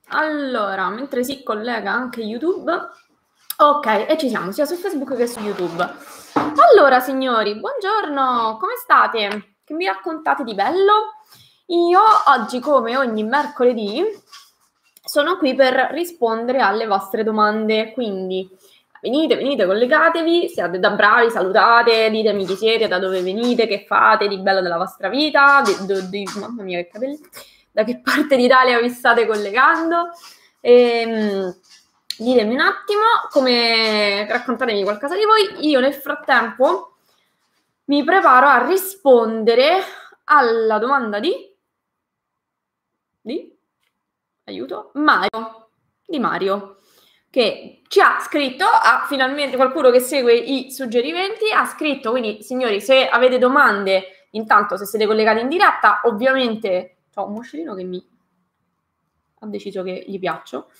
Allora, mentre si collega anche YouTube. Ok, e ci siamo, sia su Facebook che su YouTube. Allora, signori, buongiorno, come state? Che mi raccontate di bello? Io oggi, come ogni mercoledì, sono qui per rispondere alle vostre domande, quindi venite, collegatevi, siate da bravi, salutate, ditemi chi siete, da dove venite, che fate di bello della vostra vita, mamma mia che capelli, da che parte d'Italia vi state collegando. Ditemi un attimo raccontatemi qualcosa di voi. Io nel frattempo mi preparo a rispondere alla domanda di aiuto, Mario, che ci ha scritto, finalmente qualcuno che segue i suggerimenti, ha scritto, quindi signori, se avete domande, intanto se siete collegati in diretta, ovviamente ho un moscerino che mi ha deciso che gli piaccio.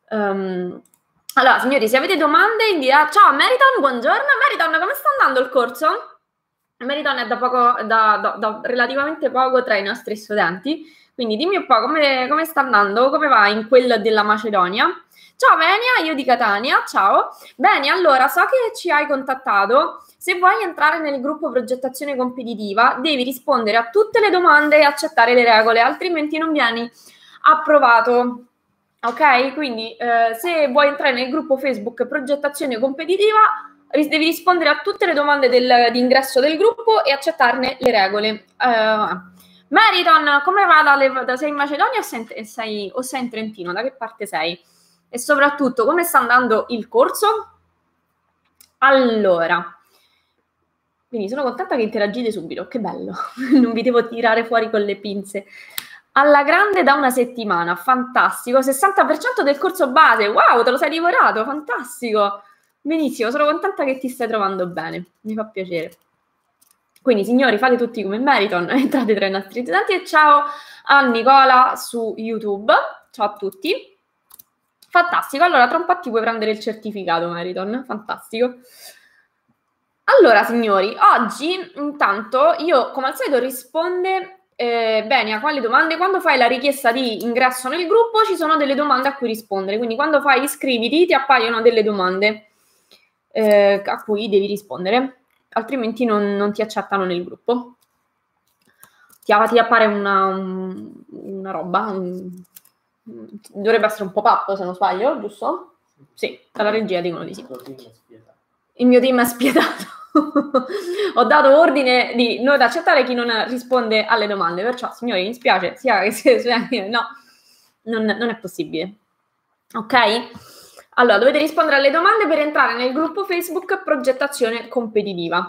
Allora, signori, se avete domande in diretta, ciao Meriton, buongiorno. Meriton, come sta andando il corso? Meriton è da relativamente poco tra i nostri studenti, quindi dimmi un po' come sta andando, come va in quella della Macedonia. Ciao Venia, io di Catania, ciao. Bene, allora, so che ci hai contattato. Se vuoi entrare nel gruppo progettazione competitiva, devi rispondere a tutte le domande e accettare le regole, altrimenti non vieni approvato. Ok? Quindi se vuoi entrare nel gruppo Facebook progettazione competitiva, devi rispondere a tutte le domande di ingresso del gruppo e accettarne le regole. Meriton, come va? Sei in Macedonia o sei in Trentino? Da che parte sei? E soprattutto, come sta andando il corso? Allora, quindi sono contenta che interagite subito, che bello, non vi devo tirare fuori con le pinze. Alla grande da una settimana, fantastico, 60% del corso base, wow, te lo sei divorato, fantastico, benissimo, sono contenta che ti stai trovando bene, mi fa piacere. Quindi signori, fate tutti come Meriton, entrate tra i nostri studenti e ciao a Nicola su YouTube, ciao a tutti. Fantastico, allora tra un po' ti puoi prendere il certificato Meriton, fantastico. Allora signori, oggi intanto io come al solito risponde bene a quali domande. Quando fai la richiesta di ingresso nel gruppo ci sono delle domande a cui rispondere, quindi quando fai iscriviti ti appaiono delle domande a cui devi rispondere, altrimenti non ti accettano nel gruppo. Ti appare una roba, dovrebbe essere un pop-up se non sbaglio, giusto? Sì, dalla regia dicono di sì. Il mio team è spietato. Ho dato ordine di non accettare chi non risponde alle domande, perciò signori mi spiace sia che sia no, non è possibile. Ok? Allora dovete rispondere alle domande per entrare nel gruppo Facebook progettazione competitiva.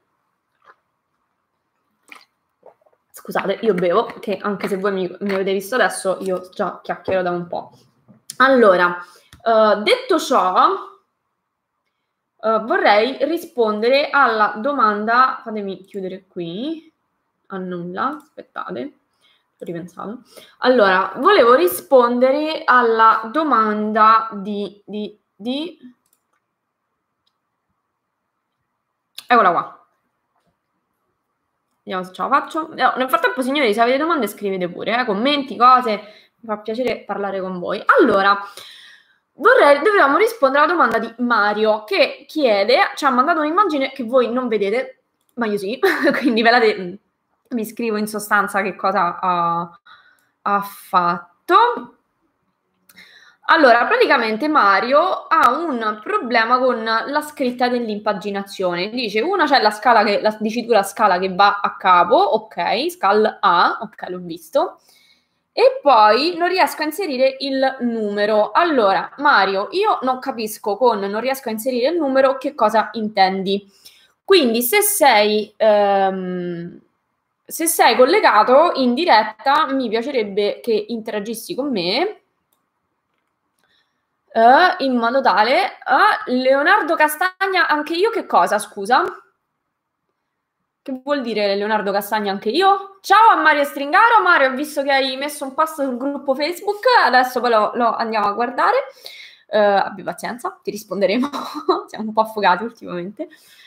Scusate, io bevo, che anche se voi mi avete visto adesso, io già chiacchiero da un po'. Allora, detto ciò, vorrei rispondere alla domanda, fatemi chiudere qui, annulla, aspettate, ho ripensato. Allora, volevo rispondere alla domanda eccola qua. Vediamo se ce la faccio. No, nel frattempo, signori, se avete domande scrivete pure, commenti, cose, mi fa piacere parlare con voi. Allora, dovevamo rispondere alla domanda di Mario, che chiede, ci ha mandato un'immagine che voi non vedete, ma io sì, quindi vi scrivo in sostanza che cosa ha fatto. Allora, praticamente Mario ha un problema con la scritta dell'impaginazione. Dice, una c'è la dicitura scala che va a capo, ok, scal A, ok, l'ho visto. E poi non riesco a inserire il numero. Allora, Mario, io non capisco con non riesco a inserire il numero che cosa intendi. Quindi se sei collegato in diretta, mi piacerebbe che interagissi con me. In modo tale Leonardo Castagna anche io che cosa, scusa? Che vuol dire Leonardo Castagna anche io? Ciao a Mario Stringaro. Mario, ho visto che hai messo un post sul gruppo Facebook, adesso poi lo andiamo a guardare. Abbi pazienza, ti risponderemo. Siamo un po' affogati ultimamente.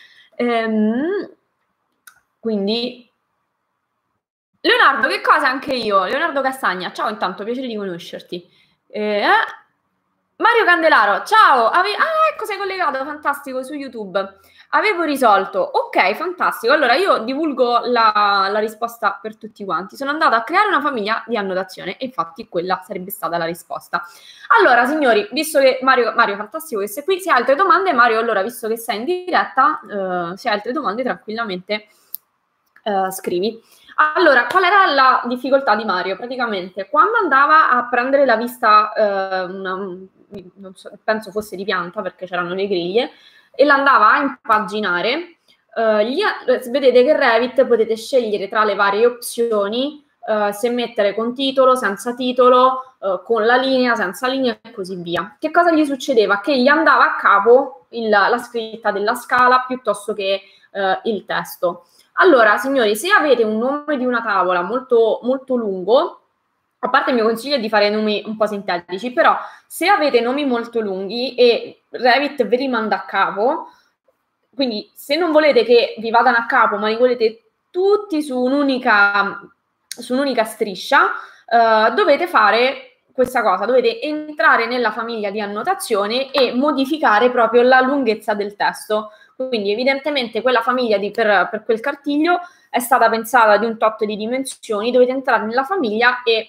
Quindi Leonardo, che cosa anche io? Leonardo Castagna, ciao intanto, piacere di conoscerti. Mario Candelaro, ciao! Ecco, sei collegato, fantastico, su YouTube. Avevo risolto. Ok, fantastico. Allora io divulgo la risposta per tutti quanti. Sono andata a creare una famiglia di annotazione e infatti quella sarebbe stata la risposta. Allora, signori, visto che Mario, fantastico che sei qui, se hai altre domande, Mario, allora, visto che sei in diretta, se hai altre domande, tranquillamente scrivi. Allora, qual era la difficoltà di Mario? Praticamente, quando andava a prendere la vista, non so, penso fosse di pianta perché c'erano le griglie, e l'andava a impaginare, vedete che Revit potete scegliere tra le varie opzioni se mettere con titolo, senza titolo, con la linea, senza linea e così via. Che cosa gli succedeva? Che gli andava a capo la scritta della scala piuttosto che il testo. Allora, signori, se avete un nome di una tavola molto, molto lungo, a parte il mio consiglio è di fare nomi un po' sintetici, però se avete nomi molto lunghi e Revit ve li manda a capo, quindi se non volete che vi vadano a capo, ma li volete tutti su un'unica striscia, dovete fare questa cosa, dovete entrare nella famiglia di annotazione e modificare proprio la lunghezza del testo. Quindi evidentemente quella famiglia per quel cartiglio è stata pensata di un tot di dimensioni, dovete entrare nella famiglia e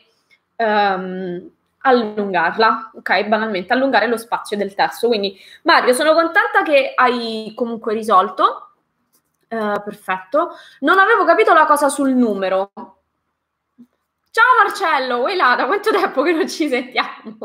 allungarla, ok? Banalmente, allungare lo spazio del testo. Quindi Mario, sono contenta che hai comunque risolto. Perfetto. Non avevo capito la cosa sul numero. Ciao Marcello, vuoi là? Da quanto tempo che non ci sentiamo?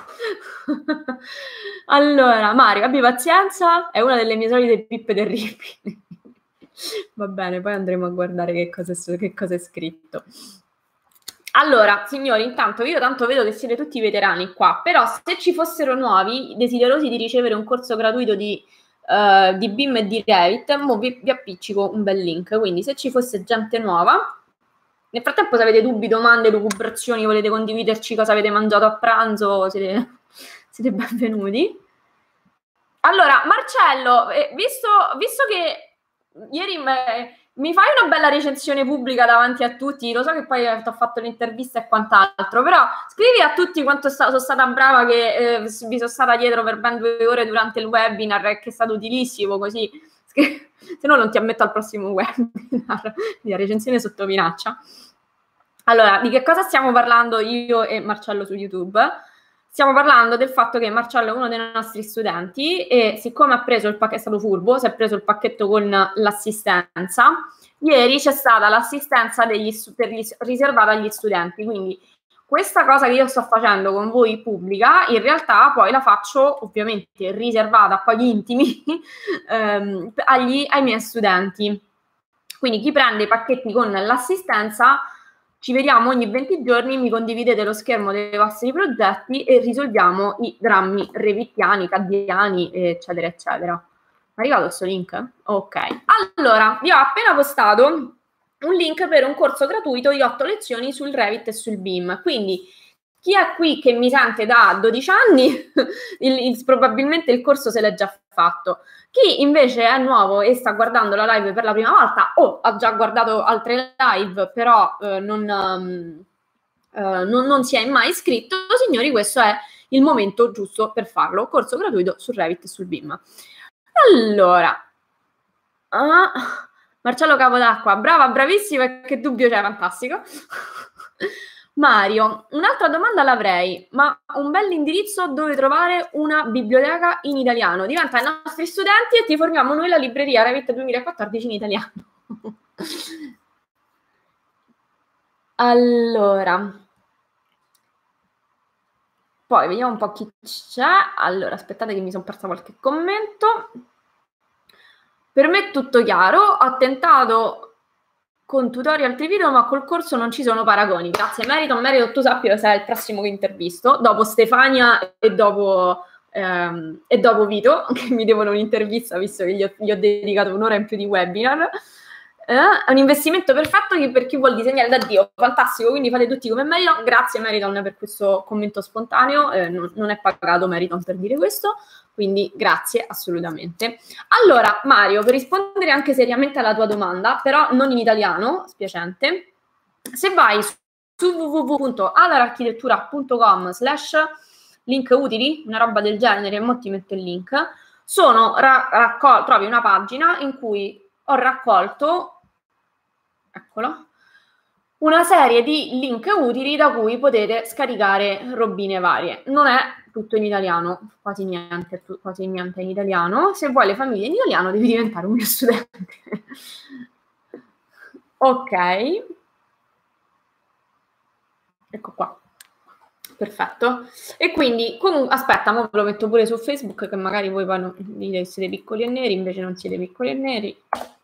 Allora, Mario, abbi pazienza, è una delle mie solite pippe terribili. Va bene, poi andremo a guardare che cosa è scritto. Allora, signori, intanto io tanto vedo che siete tutti veterani qua, però se ci fossero nuovi, desiderosi di ricevere un corso gratuito di BIM e di Revit, mo vi appiccico un bel link, quindi se ci fosse gente nuova, nel frattempo se avete dubbi, domande, lucubrazioni, volete condividerci cosa avete mangiato a pranzo, siete benvenuti. Allora, Marcello, visto che ieri mi fai una bella recensione pubblica davanti a tutti, lo so che poi ti ho fatto l'intervista e quant'altro, però scrivi a tutti quanto sono stata brava, che vi sono stata dietro per ben 2 ore durante il webinar, che è stato utilissimo, così se no non ti ammetto al prossimo webinar di recensione sotto minaccia. Allora, di che cosa stiamo parlando io e Marcello su YouTube? Stiamo parlando del fatto che Marcello è uno dei nostri studenti e siccome ha preso il pacchetto, è stato furbo, si è preso il pacchetto con l'assistenza, ieri c'è stata l'assistenza riservata agli studenti, quindi questa cosa che io sto facendo con voi pubblica, in realtà poi la faccio ovviamente riservata a poi gli intimi ai miei studenti. Quindi chi prende i pacchetti con l'assistenza, ci vediamo ogni 20 giorni, mi condividete lo schermo dei vostri progetti e risolviamo i drammi revittiani, caddiani, eccetera, eccetera. È arrivato questo link? Ok. Allora, vi ho appena postato un link per un corso gratuito di 8 lezioni sul Revit e sul BIM. Quindi chi è qui che mi sente da 12 anni, probabilmente il corso se l'è già fatto. Chi invece è nuovo e sta guardando la live per la prima volta o ha già guardato altre live però non si è mai iscritto, signori, questo è il momento giusto per farlo. Corso gratuito su Revit e sul BIM. Allora, Marcello Capodacqua, brava, bravissima, che dubbio c'è, fantastico. Mario, un'altra domanda l'avrei, ma un bell'indirizzo dove trovare una biblioteca in italiano. Diventa i nostri studenti e ti forniamo noi la libreria Revit 2014 in italiano. Allora, poi vediamo un po' chi c'è. Allora, aspettate che mi sono persa qualche commento. Per me è tutto chiaro, ho tentato con tutorial altri video, ma col corso non ci sono paragoni. Grazie Meriton. Meriton, tu sappi che sei il prossimo che intervisto, dopo Stefania e dopo Vito, che mi devono un'intervista, visto che gli ho dedicato un'ora in più di webinar. È un investimento perfetto per chi vuol disegnare da Dio. Fantastico, quindi fate tutti come Meriton. Grazie Meriton per questo commento spontaneo, non è pagato Meriton per dire questo, quindi grazie assolutamente. Allora Mario, per rispondere anche seriamente alla tua domanda, però non in italiano, spiacente, se vai su www.adararchitettura.com/link utili, una roba del genere, mo ti metto il link, trovi una pagina in cui ho raccolto, eccolo, una serie di link utili da cui potete scaricare robine varie. Non è tutto in italiano, quasi niente in italiano. Se vuoi le famiglie in italiano devi diventare un mio studente. Ok. Ecco qua. Perfetto. E quindi, aspetta, mo ve lo metto pure su Facebook, che magari voi poi dite che siete piccoli e neri, invece non siete piccoli e neri.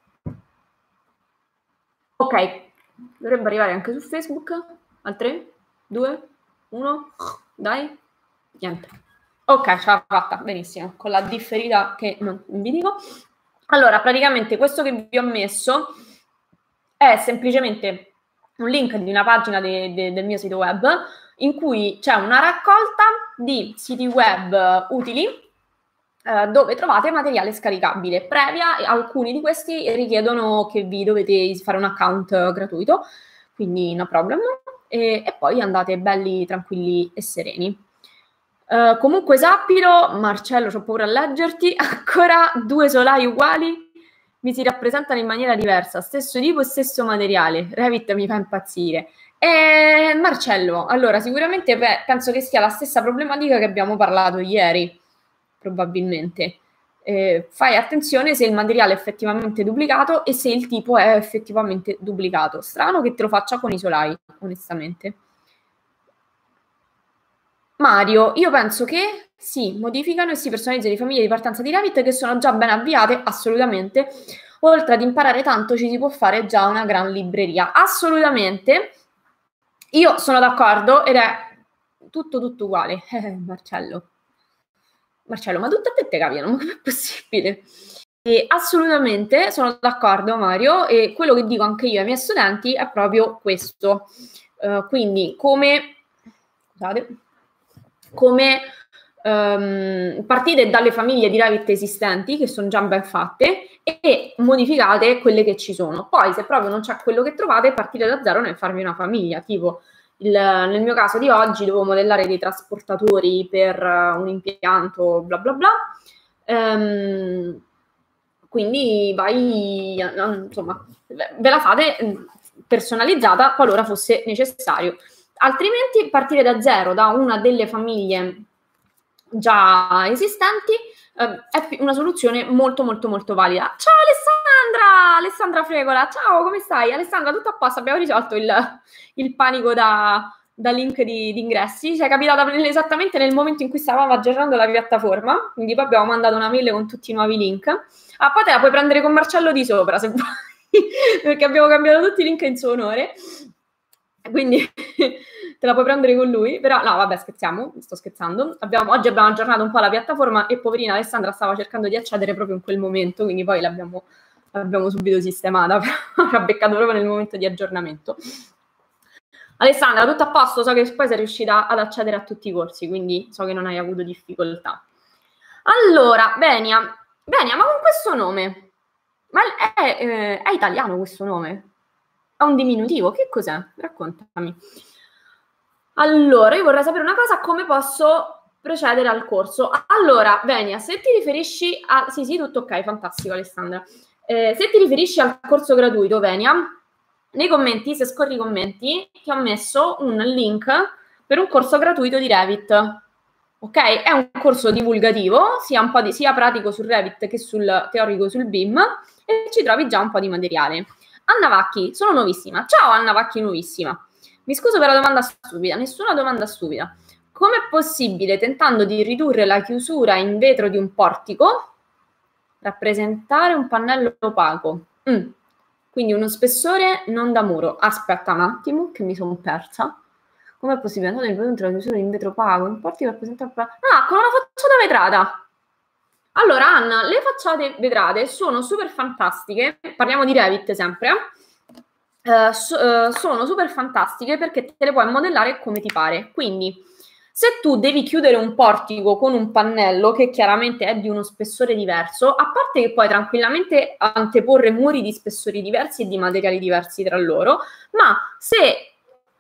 Ok, dovrebbe arrivare anche su Facebook. Al 3, 2, 1, dai. Niente. Ok, ce l'ha fatta, benissimo, con la differita che non vi dico. Allora, praticamente questo che vi ho messo è semplicemente un link di una pagina del mio sito web in cui c'è una raccolta di siti web utili dove trovate materiale scaricabile. Previa, alcuni di questi richiedono che vi dovete fare un account gratuito, quindi no problem, e poi andate belli, tranquilli e sereni. Comunque sappilo, Marcello, c'ho paura a leggerti, ancora 2 solai uguali mi si rappresentano in maniera diversa, stesso tipo e stesso materiale. Revit mi fa impazzire. Marcello, allora sicuramente penso che sia la stessa problematica che abbiamo parlato ieri, probabilmente. Fai attenzione se il materiale è effettivamente duplicato e se il tipo è effettivamente duplicato. Strano che te lo faccia con i solai, onestamente. Mario, io penso che si modificano e si personalizzano le famiglie di partenza di Revit che sono già ben avviate, assolutamente. Oltre ad imparare tanto ci si può fare già una gran libreria, assolutamente. Io sono d'accordo ed è tutto uguale. Marcello, ma tutte a te capiano, ma com'è possibile? E assolutamente sono d'accordo, Mario, e quello che dico anche io ai miei studenti è proprio questo. Quindi come partite dalle famiglie di Revit esistenti che sono già ben fatte e modificate quelle che ci sono. Poi se proprio non c'è quello che trovate, partite da zero nel farvi una famiglia, tipo nel mio caso di oggi dovevo modellare dei trasportatori per un impianto bla bla bla, quindi vai, insomma, ve la fate personalizzata qualora fosse necessario. Altrimenti partire da zero, da una delle famiglie già esistenti, è una soluzione molto valida. Ciao Alessandra Fregola, ciao, come stai? Alessandra, tutto a posto, abbiamo risolto il panico da link di ingressi, ci è capitata esattamente nel momento in cui stavamo aggiornando la piattaforma, quindi poi abbiamo mandato una mail con tutti i nuovi link. Ah, poi te la puoi prendere con Marcello di sopra, se vuoi, perché abbiamo cambiato tutti i link in suo onore, quindi te la puoi prendere con lui, però no, vabbè, scherziamo, sto scherzando. Oggi abbiamo aggiornato un po' la piattaforma e poverina Alessandra stava cercando di accedere proprio in quel momento, quindi poi l'abbiamo subito sistemata, però ci ha beccato proprio nel momento di aggiornamento. Alessandra, tutto a posto? So che poi sei riuscita ad accedere a tutti i corsi, quindi so che non hai avuto difficoltà. Allora, Benia, ma con questo nome? Ma è italiano questo nome? Ha un diminutivo? Che cos'è? Raccontami. Allora, io vorrei sapere una cosa, come posso procedere al corso? Allora, Venia, se ti riferisci a... Sì, tutto ok, fantastico Alessandra. Se ti riferisci al corso gratuito, Venia, nei commenti, se scorri i commenti, ti ho messo un link per un corso gratuito di Revit. Ok? È un corso divulgativo, sia pratico sul Revit che sul teorico sul BIM, e ci trovi già un po' di materiale. Anna Vacchi, sono nuovissima. Ciao Anna Vacchi, nuovissima. Mi scuso per la domanda stupida, nessuna domanda stupida. Com'è possibile, tentando di ridurre la chiusura in vetro di un portico, rappresentare un pannello opaco? Quindi uno spessore non da muro. Aspetta un attimo, che mi sono persa. Com'è possibile, tentando di ridurre la chiusura in vetro opaco, un portico rappresenta... Ah, con una facciata vetrata! Allora, Anna, le facciate vetrate sono super fantastiche, parliamo di Revit sempre, sono super fantastiche perché te le puoi modellare come ti pare. Quindi, se tu devi chiudere un portico con un pannello che chiaramente è di uno spessore diverso, a parte che puoi tranquillamente anteporre muri di spessori diversi e di materiali diversi tra loro, ma se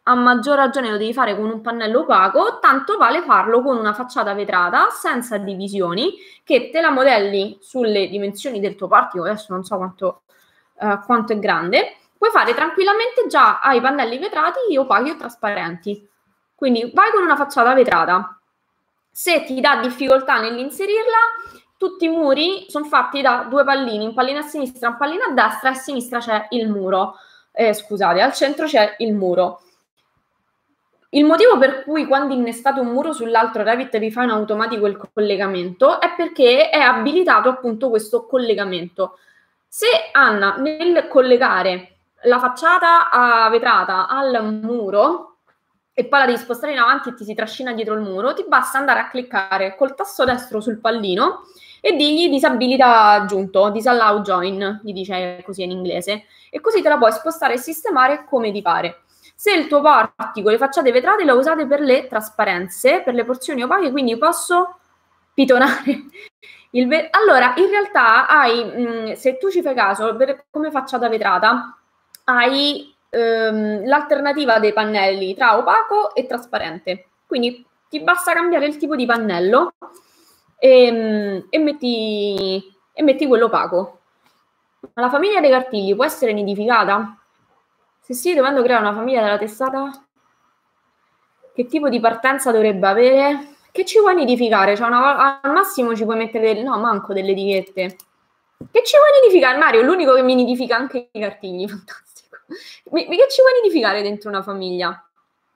a maggior ragione lo devi fare con un pannello opaco, tanto vale farlo con una facciata vetrata senza divisioni, che te la modelli sulle dimensioni del tuo portico. Adesso non so quanto è grande, puoi fare tranquillamente già ai pannelli vetrati opachi o trasparenti. Quindi vai con una facciata vetrata. Se ti dà difficoltà nell'inserirla, tutti i muri sono fatti da due pallini, un pallino a sinistra, un pallino a destra, e a sinistra c'è il muro. Scusate, al centro c'è il muro. Il motivo per cui quando innestate un muro sull'altro Revit vi fa in automatico il collegamento è perché è abilitato appunto questo collegamento. Se Anna, nel collegare la facciata vetrata al muro e poi la devi spostare in avanti e ti si trascina dietro il muro, ti basta andare a cliccare col tasto destro sul pallino e digli disabilita aggiunto, disallow join, gli dice così in inglese, e così te la puoi spostare e sistemare come ti pare. Se il tuo portico, le facciate vetrate le usate per le trasparenze, per le porzioni opache, quindi posso pitonare allora, in realtà hai, se tu ci fai caso, come facciata vetrata, hai l'alternativa dei pannelli tra opaco e trasparente. Quindi ti basta cambiare il tipo di pannello e metti quello opaco. Ma la famiglia dei cartigli può essere nidificata? Se sì, dovendo creare una famiglia della testata, che tipo di partenza dovrebbe avere? Che ci vuoi nidificare? Cioè al massimo ci puoi mettere no, manco delle etichette. Che ci vuoi nidificare, Mario? L'unico che mi nidifica anche i cartigli, fantastico. Che ci vuoi nidificare dentro una famiglia?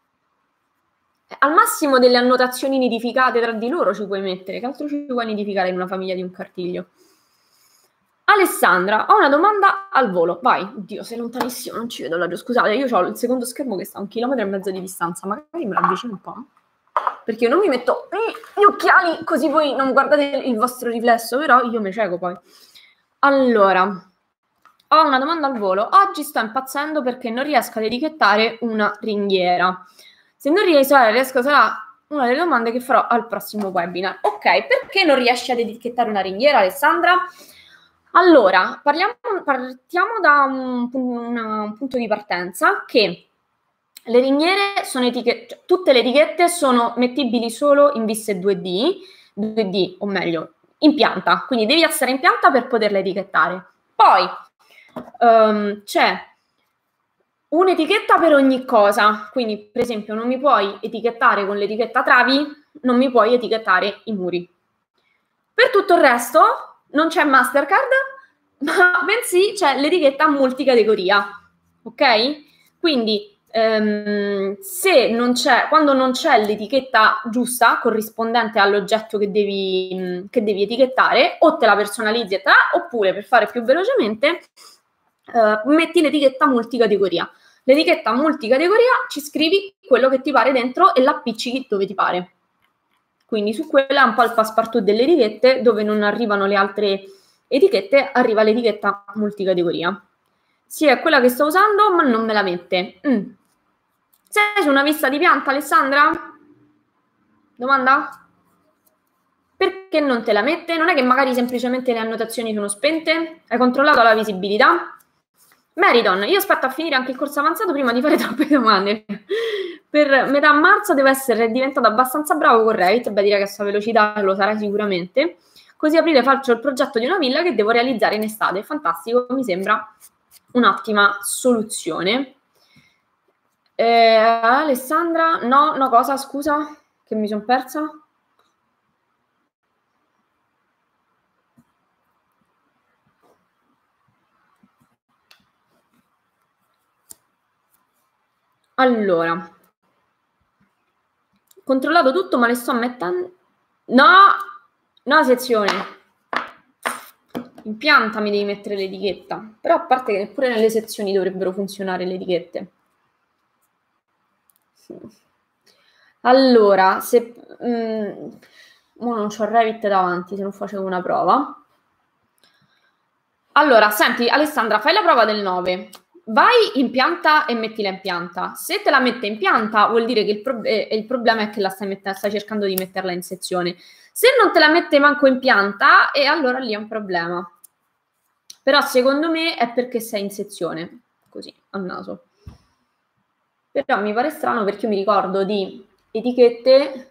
Al massimo delle annotazioni nidificate tra di loro ci puoi mettere. Che altro ci puoi nidificare in una famiglia di un cartiglio? Alessandra, ho una domanda al volo. Vai. Oddio, sei lontanissimo, non ci vedo l'audio. Scusate, io ho il secondo schermo che sta a 1,5 km di distanza. Magari me lo avvicino un po'. Perché io non mi metto gli occhiali così voi non guardate il vostro riflesso, però io mi cieco poi. Allora, ho una domanda al volo. Oggi sto impazzendo perché non riesco ad etichettare una ringhiera. Se non riesco, sarà una delle domande che farò al prossimo webinar. Ok, perché non riesci ad etichettare una ringhiera, Alessandra? Allora, partiamo da un punto di partenza che le ringhiere sono cioè, tutte le etichette sono mettibili solo in viste 2D, o meglio, in pianta, quindi devi essere in pianta per poterle etichettare. Poi c'è un'etichetta per ogni cosa, quindi per esempio non mi puoi etichettare con l'etichetta travi, non mi puoi etichettare i muri. Per tutto il resto non c'è Mastercard, ma bensì c'è l'etichetta multicategoria, ok? Quindi quando non c'è l'etichetta giusta, corrispondente all'oggetto che devi etichettare, o te la personalizzi e oppure per fare più velocemente metti l'etichetta multicategoria. L'etichetta multicategoria ci scrivi quello che ti pare dentro e l'appiccichi dove ti pare. Quindi su quella è un po' il passepartout delle etichette, dove non arrivano le altre etichette, arriva l'etichetta multicategoria. Sì, è quella che sto usando, ma non me la mette. Sei su una vista di pianta, Alessandra? Domanda? Perché non te la mette? Non è che magari semplicemente le annotazioni sono spente? Hai controllato la visibilità? Meriton, io aspetto a finire anche il corso avanzato prima di fare troppe domande. Per metà marzo devo essere diventato abbastanza bravo con Revit, beh, direi che a sua velocità lo sarai sicuramente. Così a aprile faccio il progetto di una villa che devo realizzare in estate. Fantastico, mi sembra un'ottima soluzione. Alessandra, no, cosa, scusa, che mi sono persa? Allora, controllato tutto, ma le sto mettendo... No, sezione. In pianta mi devi mettere l'etichetta. Però a parte che neppure nelle sezioni dovrebbero funzionare le etichette. Allora, se... mo non c'ho Revit davanti, se non facevo una prova. Allora, senti, Alessandra, fai la prova del 9. Vai in pianta e mettila in pianta. Se te la mette in pianta, vuol dire che il problema è che stai cercando di metterla in sezione. Se non te la mette manco in pianta, e allora lì è un problema. Però secondo me è perché sei in sezione, così, a naso. Però mi pare strano perché io mi ricordo di etichette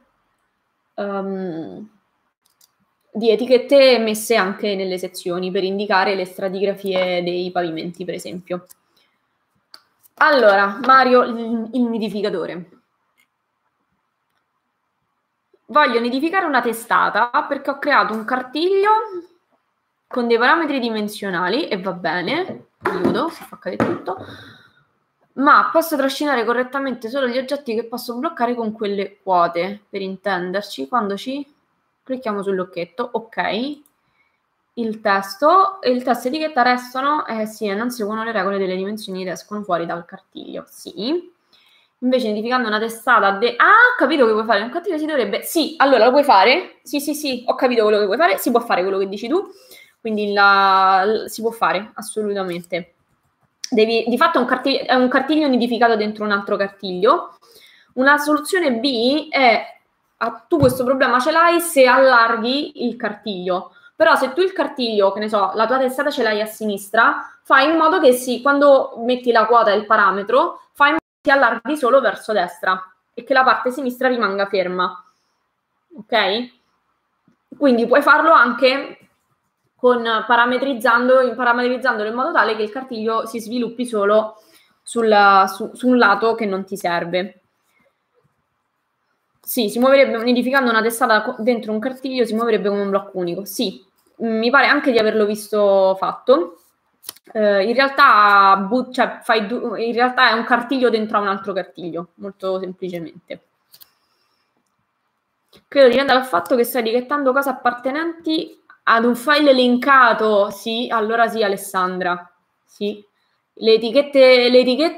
messe anche nelle sezioni per indicare le stratigrafie dei pavimenti, per esempio. Allora, Mario, il nidificatore. Voglio nidificare una testata perché ho creato un cartiglio con dei parametri dimensionali e va bene, aiuto, si fa cadere tutto, ma posso trascinare correttamente solo gli oggetti che posso bloccare con quelle quote, per intenderci, quando ci clicchiamo sull'occhetto, ok, il testo e il testo etichetta restano, sì, e non seguono le regole delle dimensioni ed escono fuori dal cartiglio, sì. Invece nidificando una testata ho capito che vuoi fare, un cartiglio si dovrebbe... Sì, allora lo puoi fare? Sì, ho capito quello che vuoi fare, si può fare quello che dici tu, quindi si può fare, assolutamente. Di fatto è un cartiglio nidificato dentro un altro cartiglio. Una soluzione B è, tu questo problema ce l'hai se allarghi il cartiglio. Però se tu il cartiglio, che ne so, la tua testata ce l'hai a sinistra, fai in modo che quando metti la quota e il parametro, fai in modo che ti allarghi solo verso destra e che la parte sinistra rimanga ferma. Ok? Quindi puoi farlo anche parametrizzandolo in modo tale che il cartiglio si sviluppi solo su un lato che non ti serve. Sì, si muoverebbe, nidificando una testata dentro un cartiglio, si muoverebbe come un blocco unico. Sì, mi pare anche di averlo visto fatto. In realtà, in realtà è un cartiglio dentro a un altro cartiglio, molto semplicemente. Credo dipenda dal fatto che stai etichettando cose appartenenti ad un file elencato. Sì, allora sì, Alessandra. Sì. Le etichette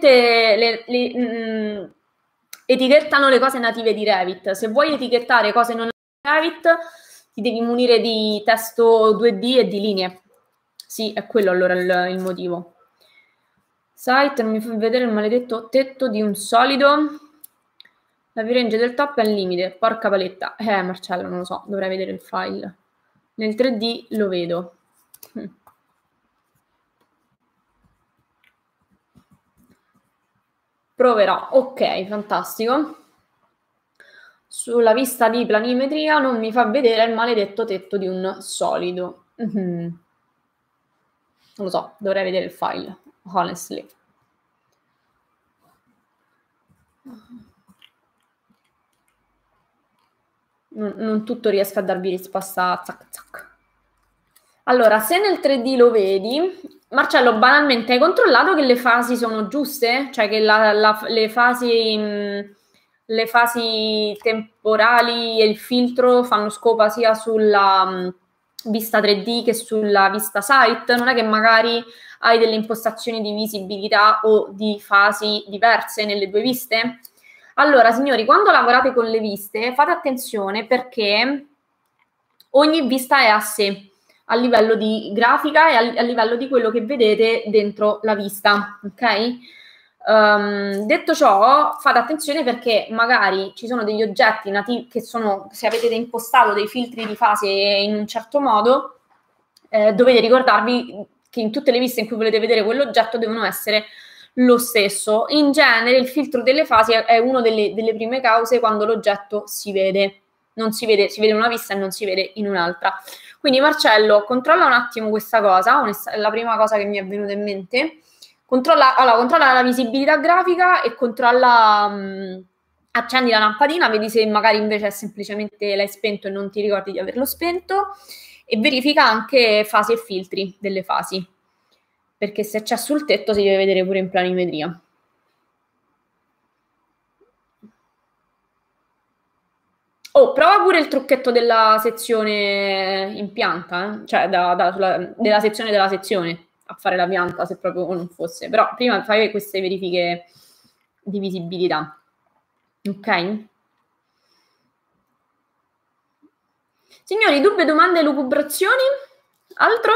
etichettano le cose native di Revit. Se vuoi etichettare cose non native di Revit, ti devi munire di testo 2D e di linee. Sì, è quello allora il motivo. Site, non mi fa vedere il maledetto tetto di un solido. La V-range del top è al limite. Porca paletta. Marcello, non lo so, dovrei vedere il file. Nel 3D lo vedo. Proverò. Ok, fantastico. Sulla vista di planimetria non mi fa vedere il maledetto tetto di un solido. Non lo so, dovrei vedere il file, honestly. Non tutto riesco a darvi risposta zac zac. Allora, se nel 3D lo vedi, Marcello, banalmente hai controllato che le fasi sono giuste? Cioè che le fasi temporali e il filtro fanno scopa sia sulla vista 3D che sulla vista site? Non è che magari hai delle impostazioni di visibilità o di fasi diverse nelle due viste? Allora, signori, quando lavorate con le viste, fate attenzione perché ogni vista è a sé, a livello di grafica e a livello di quello che vedete dentro la vista, ok? Detto ciò, fate attenzione perché magari ci sono degli oggetti nativi che sono, se avete impostato dei filtri di fase in un certo modo, dovete ricordarvi che in tutte le viste in cui volete vedere quell'oggetto devono essere lo stesso. In genere il filtro delle fasi è una delle prime cause quando l'oggetto si vede. Non si vede in una vista e non si vede in un'altra. Quindi Marcello, controlla un attimo questa cosa, è la prima cosa che mi è venuta in mente. Controlla la visibilità grafica e accendi la lampadina, vedi se magari invece è semplicemente l'hai spento e non ti ricordi di averlo spento, e verifica anche fasi e filtri delle fasi, perché se c'è sul tetto si deve vedere pure in planimetria. Oh, prova pure il trucchetto della sezione in pianta, cioè della sezione della sezione, a fare la pianta se proprio non fosse. Però prima fai queste verifiche di visibilità. Ok? Signori, dubbi, domande, lucubrazioni? Altro?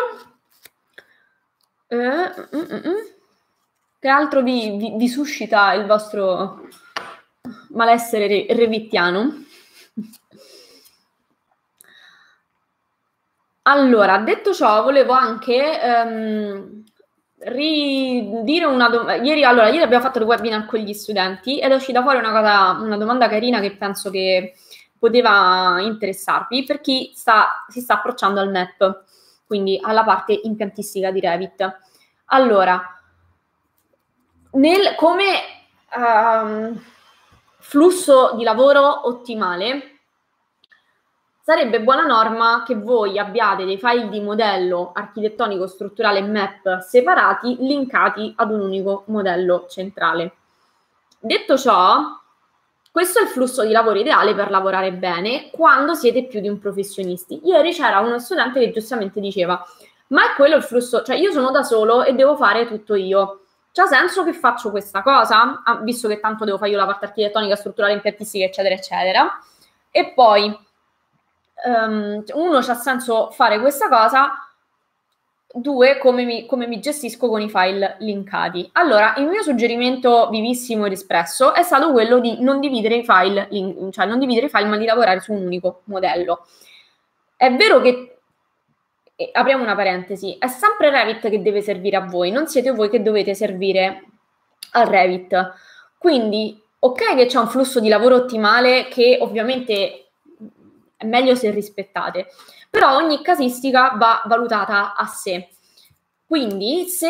Che altro vi suscita il vostro malessere revittiano? Allora, detto ciò, volevo anche ridire una domanda. Ieri abbiamo fatto il webinar con gli studenti ed è uscita fuori una domanda carina che penso che poteva interessarvi per chi si sta approcciando al MEP, quindi alla parte impiantistica di Revit. Allora, come flusso di lavoro ottimale, sarebbe buona norma che voi abbiate dei file di modello architettonico, strutturale e map separati, linkati ad un unico modello centrale. Detto ciò, questo è il flusso di lavoro ideale per lavorare bene quando siete più di un professionisti. Ieri c'era uno studente che giustamente diceva: ma è quello il flusso, cioè io sono da solo e devo fare tutto io. C'ha senso che faccio questa cosa? Visto che tanto devo fare io la parte architettonica, strutturale, impiantistica, eccetera, eccetera. E poi, uno, c'ha senso fare questa cosa, due, come mi gestisco con i file linkati. Allora, il mio suggerimento vivissimo ed espresso è stato quello di non dividere i file, cioè non dividere i file, ma di lavorare su un unico modello. È vero che, apriamo una parentesi, è sempre Revit che deve servire a voi, non siete voi che dovete servire al Revit. Quindi, ok che c'è un flusso di lavoro ottimale che ovviamente è meglio se rispettate, però ogni casistica va valutata a sé. Quindi se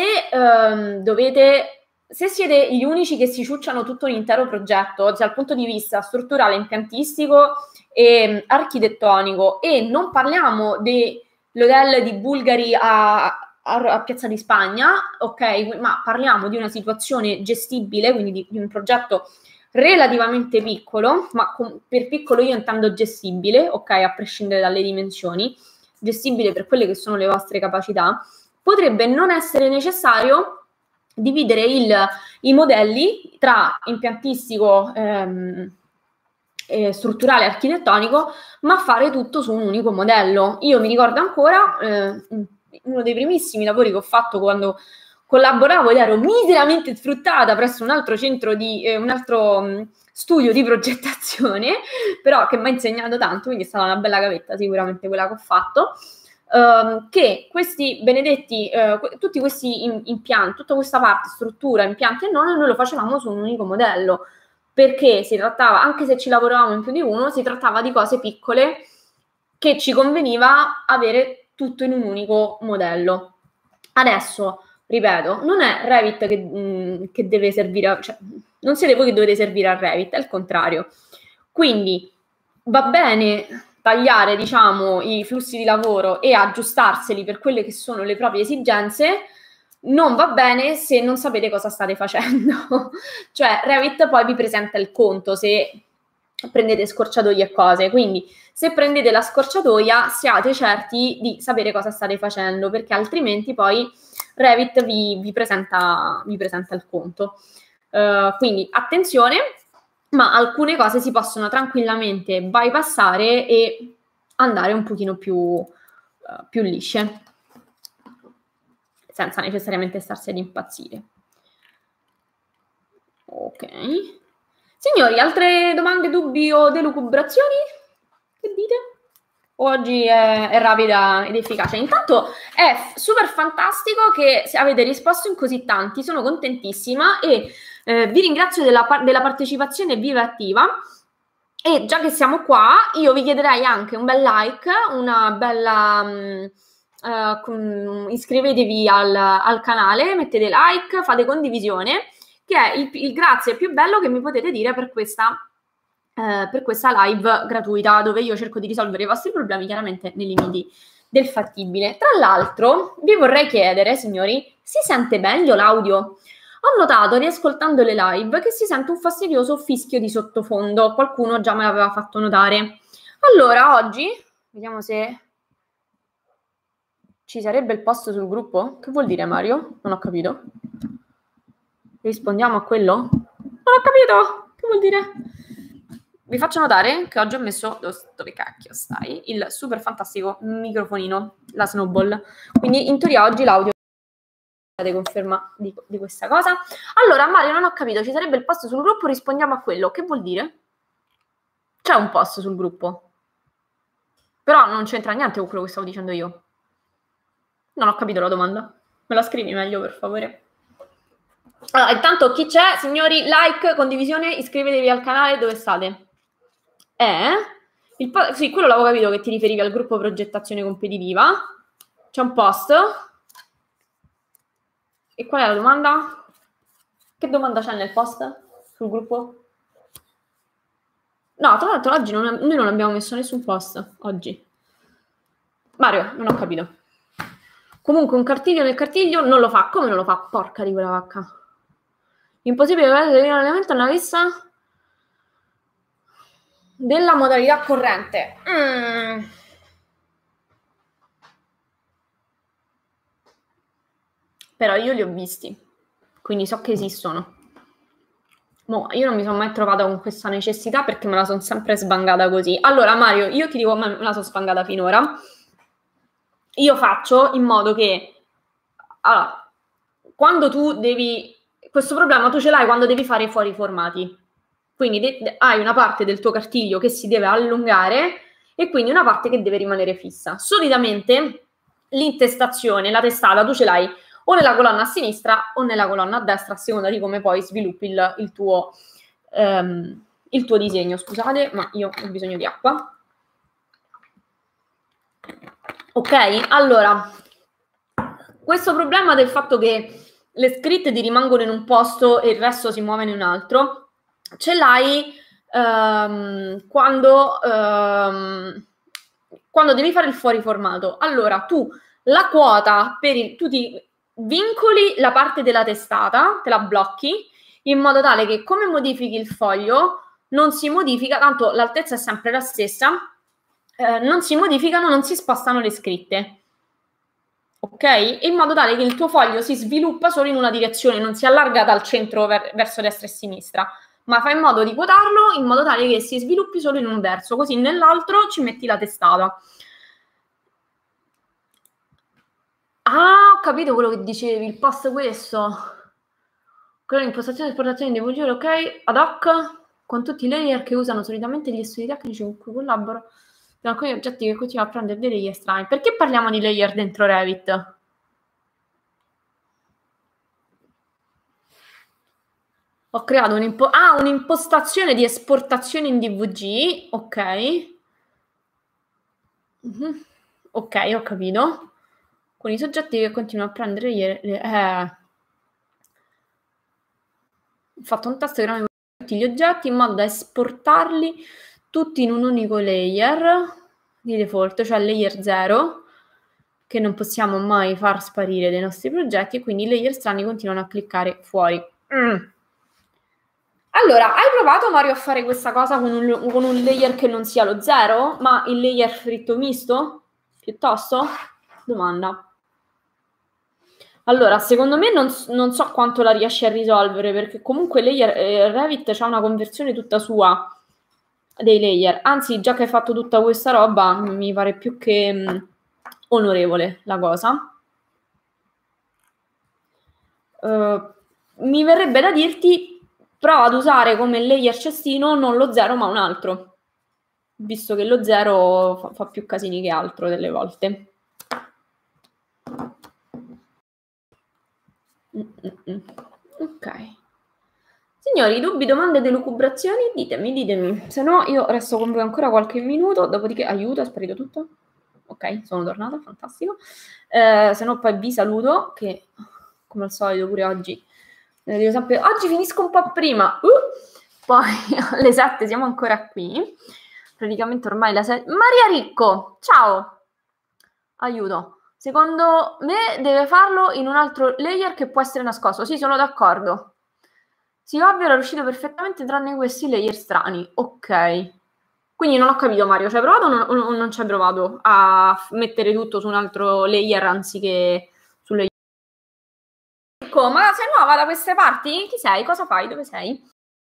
siete gli unici che si ciucciano tutto l'intero progetto dal punto di vista strutturale, impiantistico e architettonico, e non parliamo dell'hotel di Bulgari a Piazza di Spagna, ok, ma parliamo di una situazione gestibile, quindi di un progetto relativamente piccolo, ma per piccolo io intendo gestibile, ok, a prescindere dalle dimensioni, gestibile per quelle che sono le vostre capacità, potrebbe non essere necessario dividere i modelli tra impiantistico, strutturale e architettonico, ma fare tutto su un unico modello. Io mi ricordo ancora uno dei primissimi lavori che ho fatto quando collaboravo ed ero miseramente sfruttata presso un altro centro un altro studio di progettazione, però che mi ha insegnato tanto, quindi è stata una bella gavetta sicuramente quella che ho fatto, che questi benedetti, tutti questi impianti, tutta questa parte, struttura, impianti e non, noi lo facevamo su un unico modello, perché si trattava, anche se ci lavoravamo in più di uno, si trattava di cose piccole che ci conveniva avere tutto in un unico modello. Adesso, ripeto, non è Revit che deve servire, cioè, non siete voi che dovete servire a Revit, è il contrario. Quindi va bene tagliare, diciamo, i flussi di lavoro e aggiustarseli per quelle che sono le proprie esigenze. Non va bene se non sapete cosa state facendo. Cioè, Revit poi vi presenta il conto se prendete scorciatoie e cose. Quindi, se prendete la scorciatoia, siate certi di sapere cosa state facendo, perché altrimenti poi Revit vi presenta il conto. Quindi, attenzione, ma alcune cose si possono tranquillamente bypassare e andare un pochino più lisce, senza necessariamente starsi ad impazzire. Ok. Signori, altre domande, dubbi o delucubrazioni? Che dite? Oggi è rapida ed efficace. Intanto è super fantastico che avete risposto in così tanti, sono contentissima e vi ringrazio della partecipazione viva e attiva. E già che siamo qua, io vi chiederei anche un bel like, una bella... iscrivetevi al canale, mettete like, fate condivisione, che è il grazie più bello che mi potete dire per questa live gratuita, dove io cerco di risolvere i vostri problemi, chiaramente nei limiti del fattibile. Tra l'altro, vi vorrei chiedere, signori, si sente meglio l'audio? Ho notato, riascoltando le live, che si sente un fastidioso fischio di sottofondo. Qualcuno già me l'aveva fatto notare. Allora, oggi, vediamo se ci sarebbe il post sul gruppo. Che vuol dire, Mario? Non ho capito. Rispondiamo a quello? Non ho capito! Che vuol dire? Vi faccio notare che oggi ho messo, dove cacchio stai, il super fantastico microfonino, la Snowball. Quindi in teoria oggi l'audio conferma di questa cosa. Allora, Mario, non ho capito, ci sarebbe il post sul gruppo, rispondiamo a quello. Che vuol dire? C'è un post sul gruppo. Però non c'entra niente con quello che stavo dicendo io. Non ho capito la domanda. Me la scrivi meglio, per favore? Allora, intanto chi c'è, signori, like, condivisione, iscrivetevi al canale, dove state? Sì, quello l'avevo capito che ti riferivi al gruppo progettazione competitiva. C'è un post. E qual è la domanda? Che domanda c'è nel post? Sul gruppo? No, tra l'altro oggi noi non abbiamo messo nessun post, oggi. Mario, non ho capito. Comunque un cartiglio nel cartiglio non lo fa. Come non lo fa? Porca di quella vacca. Impossibile vedere l'allenamento nella lista della modalità corrente. Però io li ho visti, quindi so che esistono. Io non mi sono mai trovata con questa necessità perché me la sono sempre sbangata così. Allora Mario, io ti dico, me la sono sbangata finora. Io faccio in modo che, allora, quando tu devi, questo problema tu ce l'hai quando devi fare fuori i formati. Quindi hai una parte del tuo cartiglio che si deve allungare e quindi una parte che deve rimanere fissa. Solitamente l'intestazione, la testata, tu ce l'hai o nella colonna a sinistra o nella colonna a destra, a seconda di come poi sviluppi il tuo disegno. Scusate, ma io ho bisogno di acqua. Ok, allora, questo problema del fatto che le scritte ti rimangono in un posto e il resto si muove in un altro, ce l'hai quando devi fare il fuori formato. Allora, tu la quota tu ti vincoli la parte della testata, te la blocchi, in modo tale che come modifichi il foglio non si modifica, tanto l'altezza è sempre la stessa, non si modificano, non si spostano le scritte. Ok? In modo tale che il tuo foglio si sviluppa solo in una direzione, non si allarga dal centro verso destra e sinistra, ma fai in modo di quotarlo in modo tale che si sviluppi solo in un verso, così nell'altro ci metti la testata. Ah, ho capito quello che dicevi, il post questo. Quello di impostazione e esportazione di VGL, ok? Ad hoc, con tutti i layer che usano solitamente gli studi tecnici con cui collaboro, per alcuni oggetti che continuano a prendere dei layer strani. Perché parliamo di layer dentro Revit? Ho creato un'impostazione di esportazione in DVG, ok. Ok, ho capito. Con i soggetti che continuano a prendere ho fatto un tasto grande con tutti gli oggetti in modo da esportarli tutti in un unico layer di default, cioè layer 0, che non possiamo mai far sparire dai nostri progetti, e quindi i layer strani continuano a cliccare fuori. Allora, hai provato Mario a fare questa cosa con un layer che non sia lo 0, ma il layer fritto misto? Piuttosto? Domanda. Allora, secondo me non so quanto la riesci a risolvere, perché comunque Revit c'ha una conversione tutta sua dei layer. Anzi, già che hai fatto tutta questa roba, mi pare più che onorevole la cosa. Mi verrebbe da dirti, prova ad usare come layer cestino non lo 0 ma un altro, visto che lo 0 fa più casini che altro delle volte. Ok. Signori, dubbi, domande, delucubrazioni? Ditemi. Se no io resto con voi ancora qualche minuto, dopodiché aiuto, è sparito tutto? Ok, sono tornata, fantastico. Se no poi vi saluto, che come al solito pure oggi dico sempre, oggi finisco un po' prima, poi alle 7 siamo ancora qui, praticamente ormai la 7. Maria Ricco, ciao! Aiuto. Secondo me deve farlo in un altro layer che può essere nascosto. Sì, sono d'accordo. Sì, ovvio, era riuscito perfettamente tranne questi layer strani. Ok. Quindi non ho capito, Mario, ci hai provato o non ci hai provato a mettere tutto su un altro layer anziché sul layer? Ecco, ma sei nuova da queste parti? Chi sei? Cosa fai? Dove sei?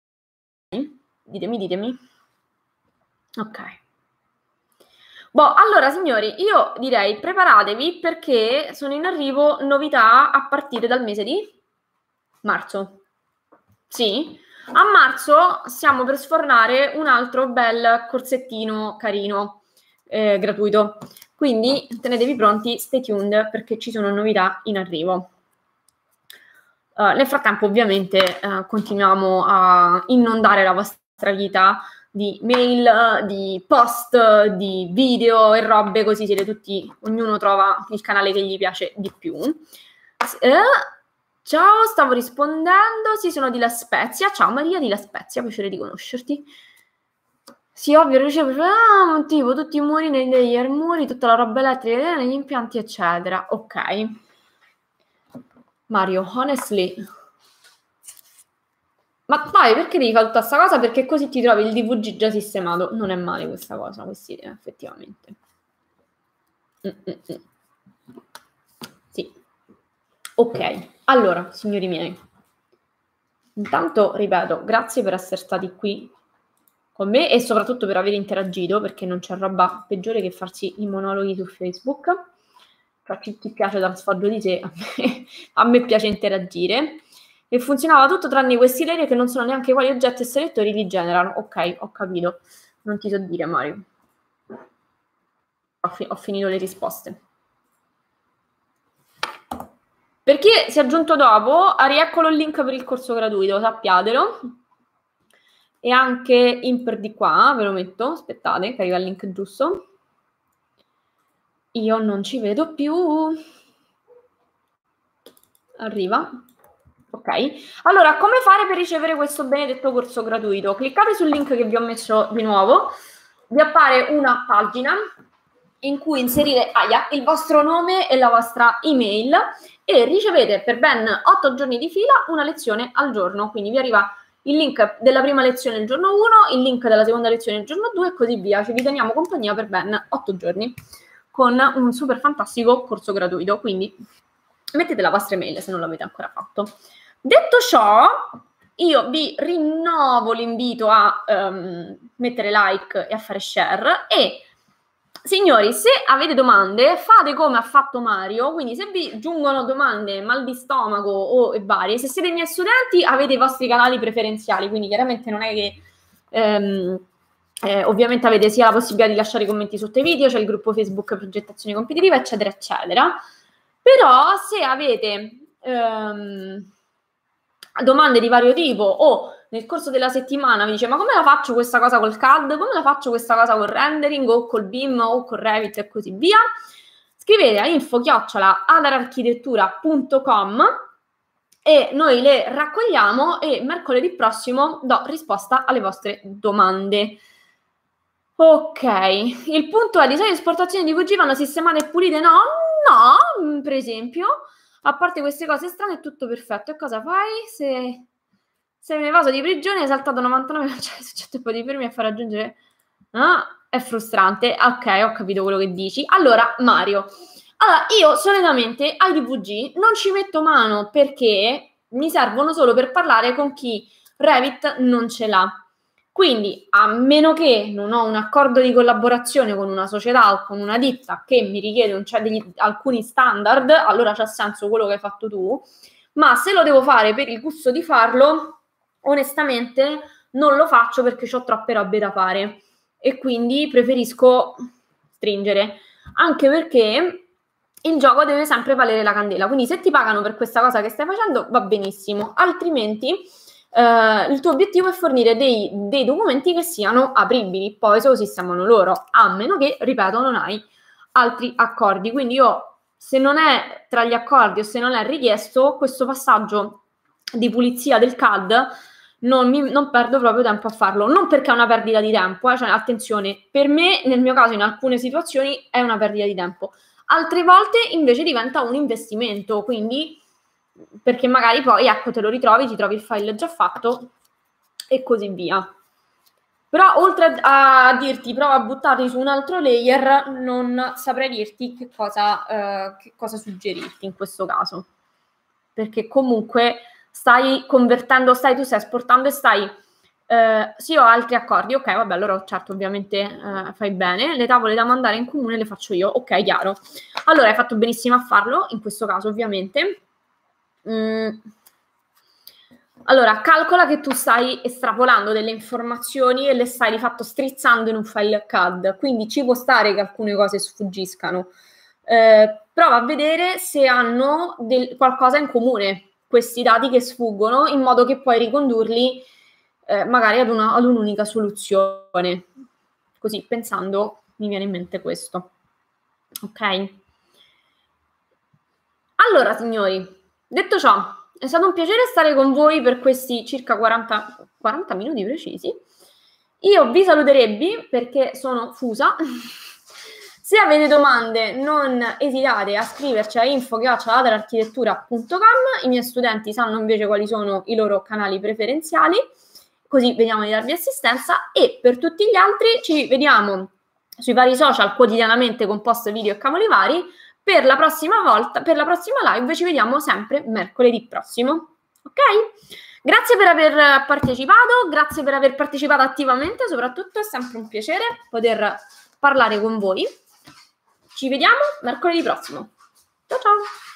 Ditemi. Ok. Boh, allora signori, io direi preparatevi perché sono in arrivo novità a partire dal mese di marzo. Sì? A marzo stiamo per sfornare un altro bel corsettino carino, gratuito, quindi tenetevi pronti, stay tuned, perché ci sono novità in arrivo. Nel frattempo ovviamente continuiamo a inondare la vostra vita di mail, di post, di video e robe, così siete tutti, ognuno trova il canale che gli piace di più. Ciao, stavo rispondendo, sì, sono di La Spezia. Ciao Maria di La Spezia, piacere di conoscerti. Sì, ovvio, ricevo tipo tutti i muri degli armuri, tutta la roba elettrica negli impianti, eccetera. Ok. Mario, honestly... Ma dai, perché devi fare tutta questa cosa? Perché così ti trovi il DVG già sistemato. Non è male questa cosa, questa idea, effettivamente. Sì. Ok, allora, signori miei. Intanto, ripeto, grazie per essere stati qui con me e soprattutto per aver interagito, perché non c'è roba peggiore che farsi i monologhi su Facebook. Cioè, chi piace dal sfoggio di sé, a me piace interagire. E funzionava tutto tranne questi layer che non sono neanche quali oggetti e selettori li generano. Ok, ho capito. Non ti so dire, Mario. Ho finito le risposte. Per chi si è aggiunto dopo, rieccolo il link per il corso gratuito, sappiatelo. E anche Imper di qua, ve lo metto. Aspettate, che arriva il link giusto. Io non ci vedo più. Arriva. Ok, allora come fare per ricevere questo benedetto corso gratuito? Cliccate sul link che vi ho messo di nuovo, vi appare una pagina in cui inserire il vostro nome e la vostra email e ricevete per ben 8 giorni di fila una lezione al giorno, quindi vi arriva il link della prima lezione il giorno 1, il link della seconda lezione il giorno 2 e così via, ci vi teniamo compagnia per ben 8 giorni con un super fantastico corso gratuito, quindi mettete la vostra email se non l'avete ancora fatto. Detto ciò, io vi rinnovo l'invito a mettere like e a fare share e signori, se avete domande fate come ha fatto Mario, quindi se vi giungono domande, mal di stomaco o varie, se siete miei studenti avete i vostri canali preferenziali, quindi chiaramente non è che ovviamente avete sia la possibilità di lasciare commenti sotto i video, c'è il gruppo Facebook progettazione competitiva, eccetera, eccetera. Però se avete domande di vario tipo o nel corso della settimana vi dice ma come la faccio questa cosa col CAD, come la faccio questa cosa col rendering o col BIM o col Revit e così via, scrivete a info@adararchitettura.com e noi le raccogliamo e mercoledì prossimo do risposta alle vostre domande. Ok, il punto è design e esportazione di VG vanno sistemate e pulite? No, per esempio, a parte queste cose strane è tutto perfetto. E cosa fai? Se sei evaso di prigione hai saltato 99 succede e poi ti fermi a far raggiungere... è frustrante. Ok, ho capito quello che dici. Allora, Mario, allora io solitamente ai DVG non ci metto mano perché mi servono solo per parlare con chi Revit non ce l'ha. Quindi, a meno che non ho un accordo di collaborazione con una società o con una ditta che mi richiede alcuni standard, allora c'ha senso quello che hai fatto tu, ma se lo devo fare per il gusto di farlo, onestamente non lo faccio perché ho troppe robe da fare e quindi preferisco stringere, anche perché il gioco deve sempre valere la candela, quindi se ti pagano per questa cosa che stai facendo va benissimo, altrimenti il tuo obiettivo è fornire dei documenti che siano apribili, poi se lo sistemano loro, a meno che, ripeto, non hai altri accordi. Quindi io, se non è tra gli accordi o se non è richiesto, questo passaggio di pulizia del CAD non perdo proprio tempo a farlo, non perché è una perdita di tempo, cioè, attenzione, per me, nel mio caso, in alcune situazioni è una perdita di tempo, altre volte invece diventa un investimento, quindi perché magari poi, ecco, te lo ritrovi, ti trovi il file già fatto e così via. Però oltre a dirti prova a buttarli su un altro layer, non saprei dirti che cosa suggerirti in questo caso. Perché comunque stai convertendo, tu stai esportando e stai... sì, ho altri accordi, ok, vabbè, allora certo, ovviamente fai bene. Le tavole da mandare in comune le faccio io, ok, chiaro. Allora, hai fatto benissimo a farlo, in questo caso ovviamente. Allora, calcola che tu stai estrapolando delle informazioni e le stai di fatto strizzando in un file CAD, quindi ci può stare che alcune cose sfuggiscano. Prova a vedere se hanno qualcosa in comune, questi dati che sfuggono, in modo che puoi ricondurli magari ad un'unica soluzione. Così, pensando, mi viene in mente questo. Ok? Allora, signori, detto ciò, è stato un piacere stare con voi per questi circa 40 minuti precisi. Io vi saluterebbi perché sono fusa. Se avete domande, non esitate a scriverci a info@laterarchitettura.com. I miei studenti sanno invece quali sono i loro canali preferenziali, così vediamo di darvi assistenza. E per tutti gli altri ci vediamo sui vari social quotidianamente con post video e cavoli vari. Per la prossima volta, per la prossima live ci vediamo sempre mercoledì prossimo. Ok? Grazie per aver partecipato, grazie per aver partecipato attivamente, soprattutto è sempre un piacere poter parlare con voi. Ci vediamo mercoledì prossimo. Ciao ciao!